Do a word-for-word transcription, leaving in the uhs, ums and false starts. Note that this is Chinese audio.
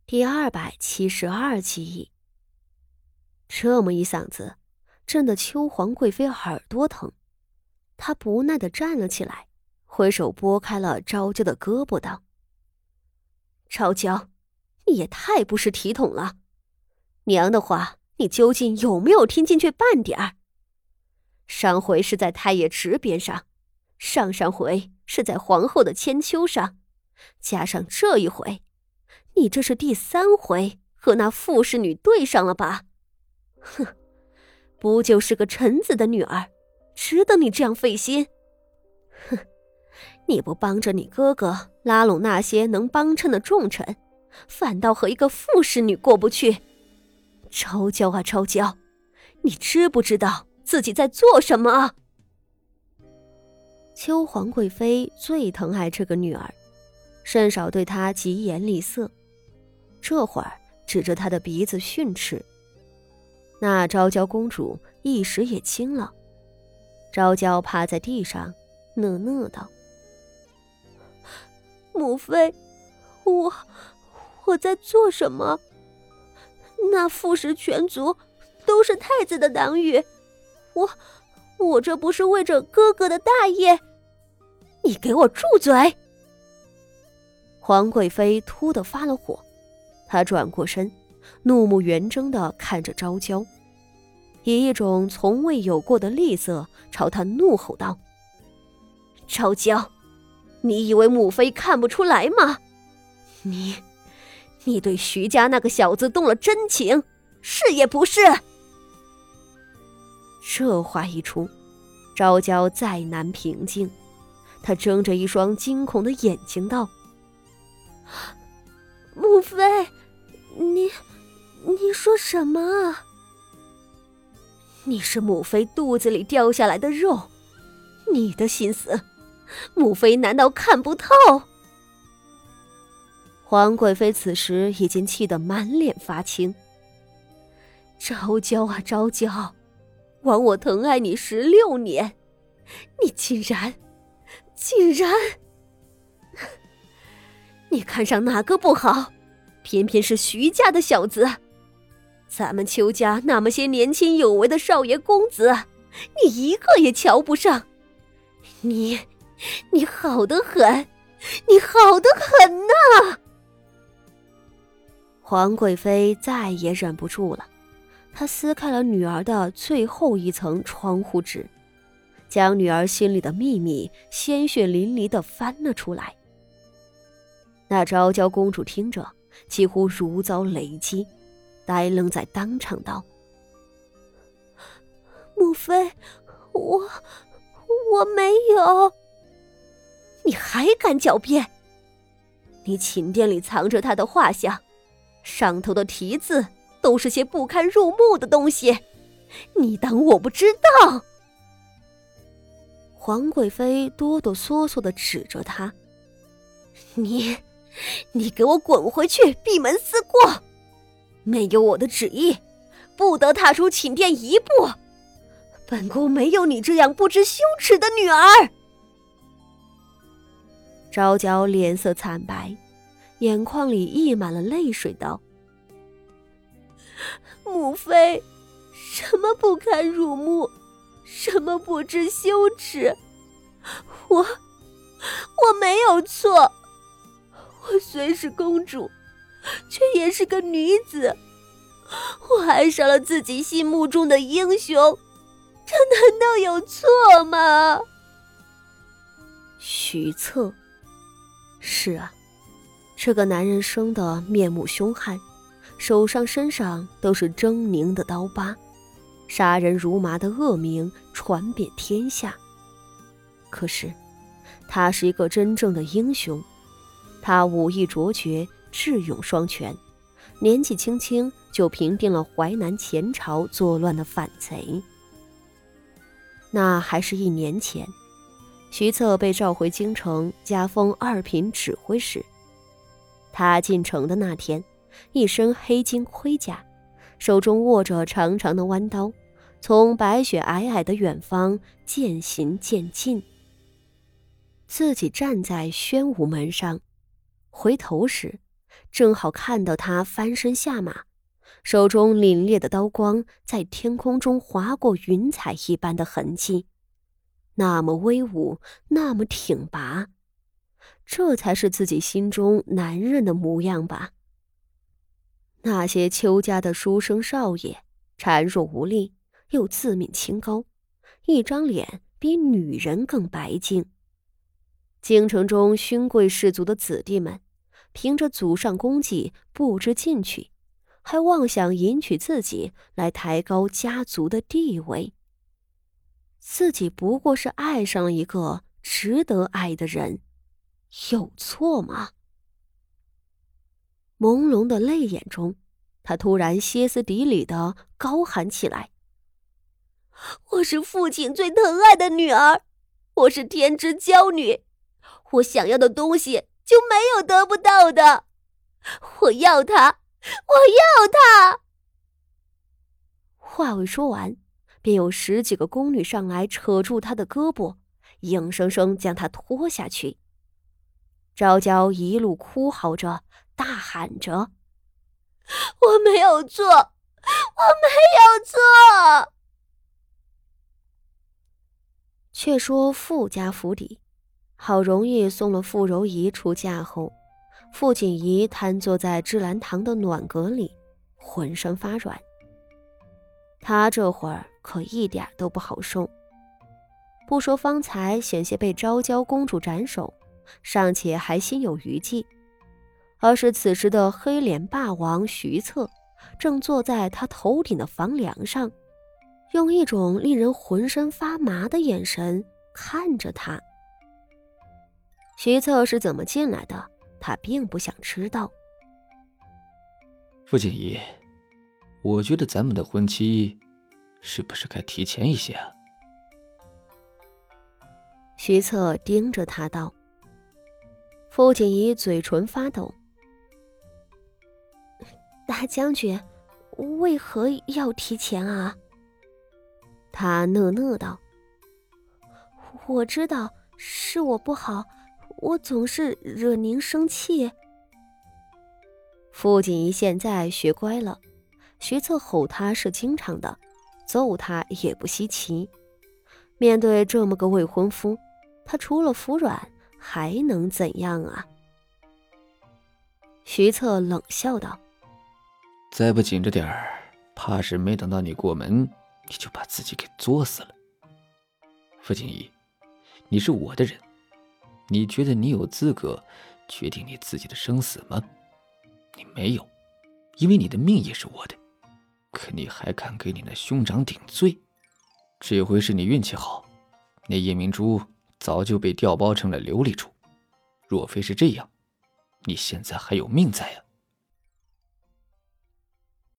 第二百七十二集。这么一嗓子，震得秋皇贵妃耳朵疼。她不耐地站了起来，挥手拨开了昭娇的胳膊，道：“昭娇，你也太不识体统了！娘的话，你究竟有没有听进去半点儿？上回是在太液池边上，上上回是在皇后的千秋上，加上这一回，你这是第三回和那傅氏女对上了吧？哼，不就是个臣子的女儿，值得你这样费心？哼，你不帮着你哥哥拉拢那些能帮衬的重臣，反倒和一个傅氏女过不去。昭娇啊昭娇，你知不知道自己在做什么啊？”秋皇贵妃最疼爱这个女儿，甚少对她疾言厉色，这会儿指着她的鼻子训斥。那昭娇公主一时也惊了，昭娇趴在地上讷讷道：“母妃，我我在做什么？那傅氏全族都是太子的党羽，我我这不是为着哥哥的大业？你给我住嘴！”皇贵妃突地发了火，她转过身，怒目圆睁地看着昭娇，以一种从未有过的厉色朝她怒吼道：“昭娇，你以为母妃看不出来吗？你你对徐家那个小子动了真情，是也不是？”这话一出，昭娇再难平静，她睁着一双惊恐的眼睛道：“母妃，你你说什么啊？你是母妃肚子里掉下来的肉，你的心思，母妃难道看不透？”皇贵妃此时已经气得满脸发青。昭娇啊昭娇，枉我疼爱你十六年，你竟然竟然你看上哪个不好，偏偏是徐家的小子。咱们邱家那么些年轻有为的少爷公子，你一个也瞧不上。你你好得很，你好得很呐！皇贵妃再也忍不住了，她撕开了女儿的最后一层窗户纸，将女儿心里的秘密鲜血淋漓地翻了出来。那昭娇公主听着，几乎如遭雷击，呆愣在当场道：“母妃，我我没有。”“你还敢狡辩？你寝殿里藏着他的画像，上头的题字都是些不堪入目的东西，你当我不知道？”皇贵妃哆哆嗦嗦地指着他：“你你给我滚回去闭门思过！没有我的旨意，不得踏出寝殿一步。本宫没有你这样不知羞耻的女儿。”昭娇脸色惨白，眼眶里溢满了泪水，道：“母妃，什么不堪入目，什么不知羞耻，我我没有错。我虽是公主，却也是个女子，我爱上了自己心目中的英雄，这难道有错吗？”徐策，是啊，这个男人生得面目凶悍，手上身上都是狰狞的刀疤，杀人如麻的恶名传遍天下。可是他是一个真正的英雄，他武艺卓绝，智勇双全，年纪轻轻就平定了淮南前朝作乱的反贼。那还是一年前，徐策被召回京城，加封二品指挥使。他进城的那天，一身黑金盔甲，手中握着长长的弯刀，从白雪皑皑的远方渐行渐近。自己站在宣武门上，回头时， 正好看到他翻身下马，手中凛冽的刀光在天空中划过云彩一般的痕迹，那么威武，那么挺拔，这才是自己心中男人的模样吧。那些邱家的书生少爷孱弱无力，又自命清高，一张脸比女人更白净。京城中勋贵士族的子弟们凭着祖上功绩不知进取，还妄想迎娶自己来抬高家族的地位。自己不过是爱上了一个值得爱的人，有错吗？朦胧的泪眼中，他突然歇斯底里地高喊起来：我是父亲最疼爱的女儿，我是天之娇女，我想要的东西就没有得不到的，我要他，我要他！话未说完，便有十几个宫女上来扯住他的胳膊，硬生生将他拖下去。昭娇一路哭嚎着，大喊着：我没有错，我没有错！却说傅家府邸，好容易送了傅柔仪出嫁后，傅锦仪瘫坐在芝兰堂的暖阁里，浑身发软。他这会儿可一点都不好受，不说方才险些被昭娇公主斩首，尚且还心有余悸，而是此时的黑脸霸王徐策正坐在他头顶的房梁上，用一种令人浑身发麻的眼神看着他。徐策是怎么进来的，他并不想知道。 傅锦仪，我觉得咱们的婚期是不是该提前一些啊？ 徐策盯着他道。傅锦仪嘴唇发抖。大将军，为何要提前啊？他讷讷道。我知道是我不好，我总是惹您生气。傅锦仪现在学乖了，徐策吼他是经常的，揍他也不稀奇。面对这么个未婚夫，他除了服软还能怎样啊？徐策冷笑道： 再不紧着点儿，怕是没等到你过门，你就把自己给作死了。傅锦仪，你是我的人，你觉得你有资格决定你自己的生死吗？你没有，因为你的命也是我的，可你还敢给你那兄长顶罪。这回是你运气好，那夜明珠早就被调包成了琉璃珠，若非是这样，你现在还有命在啊。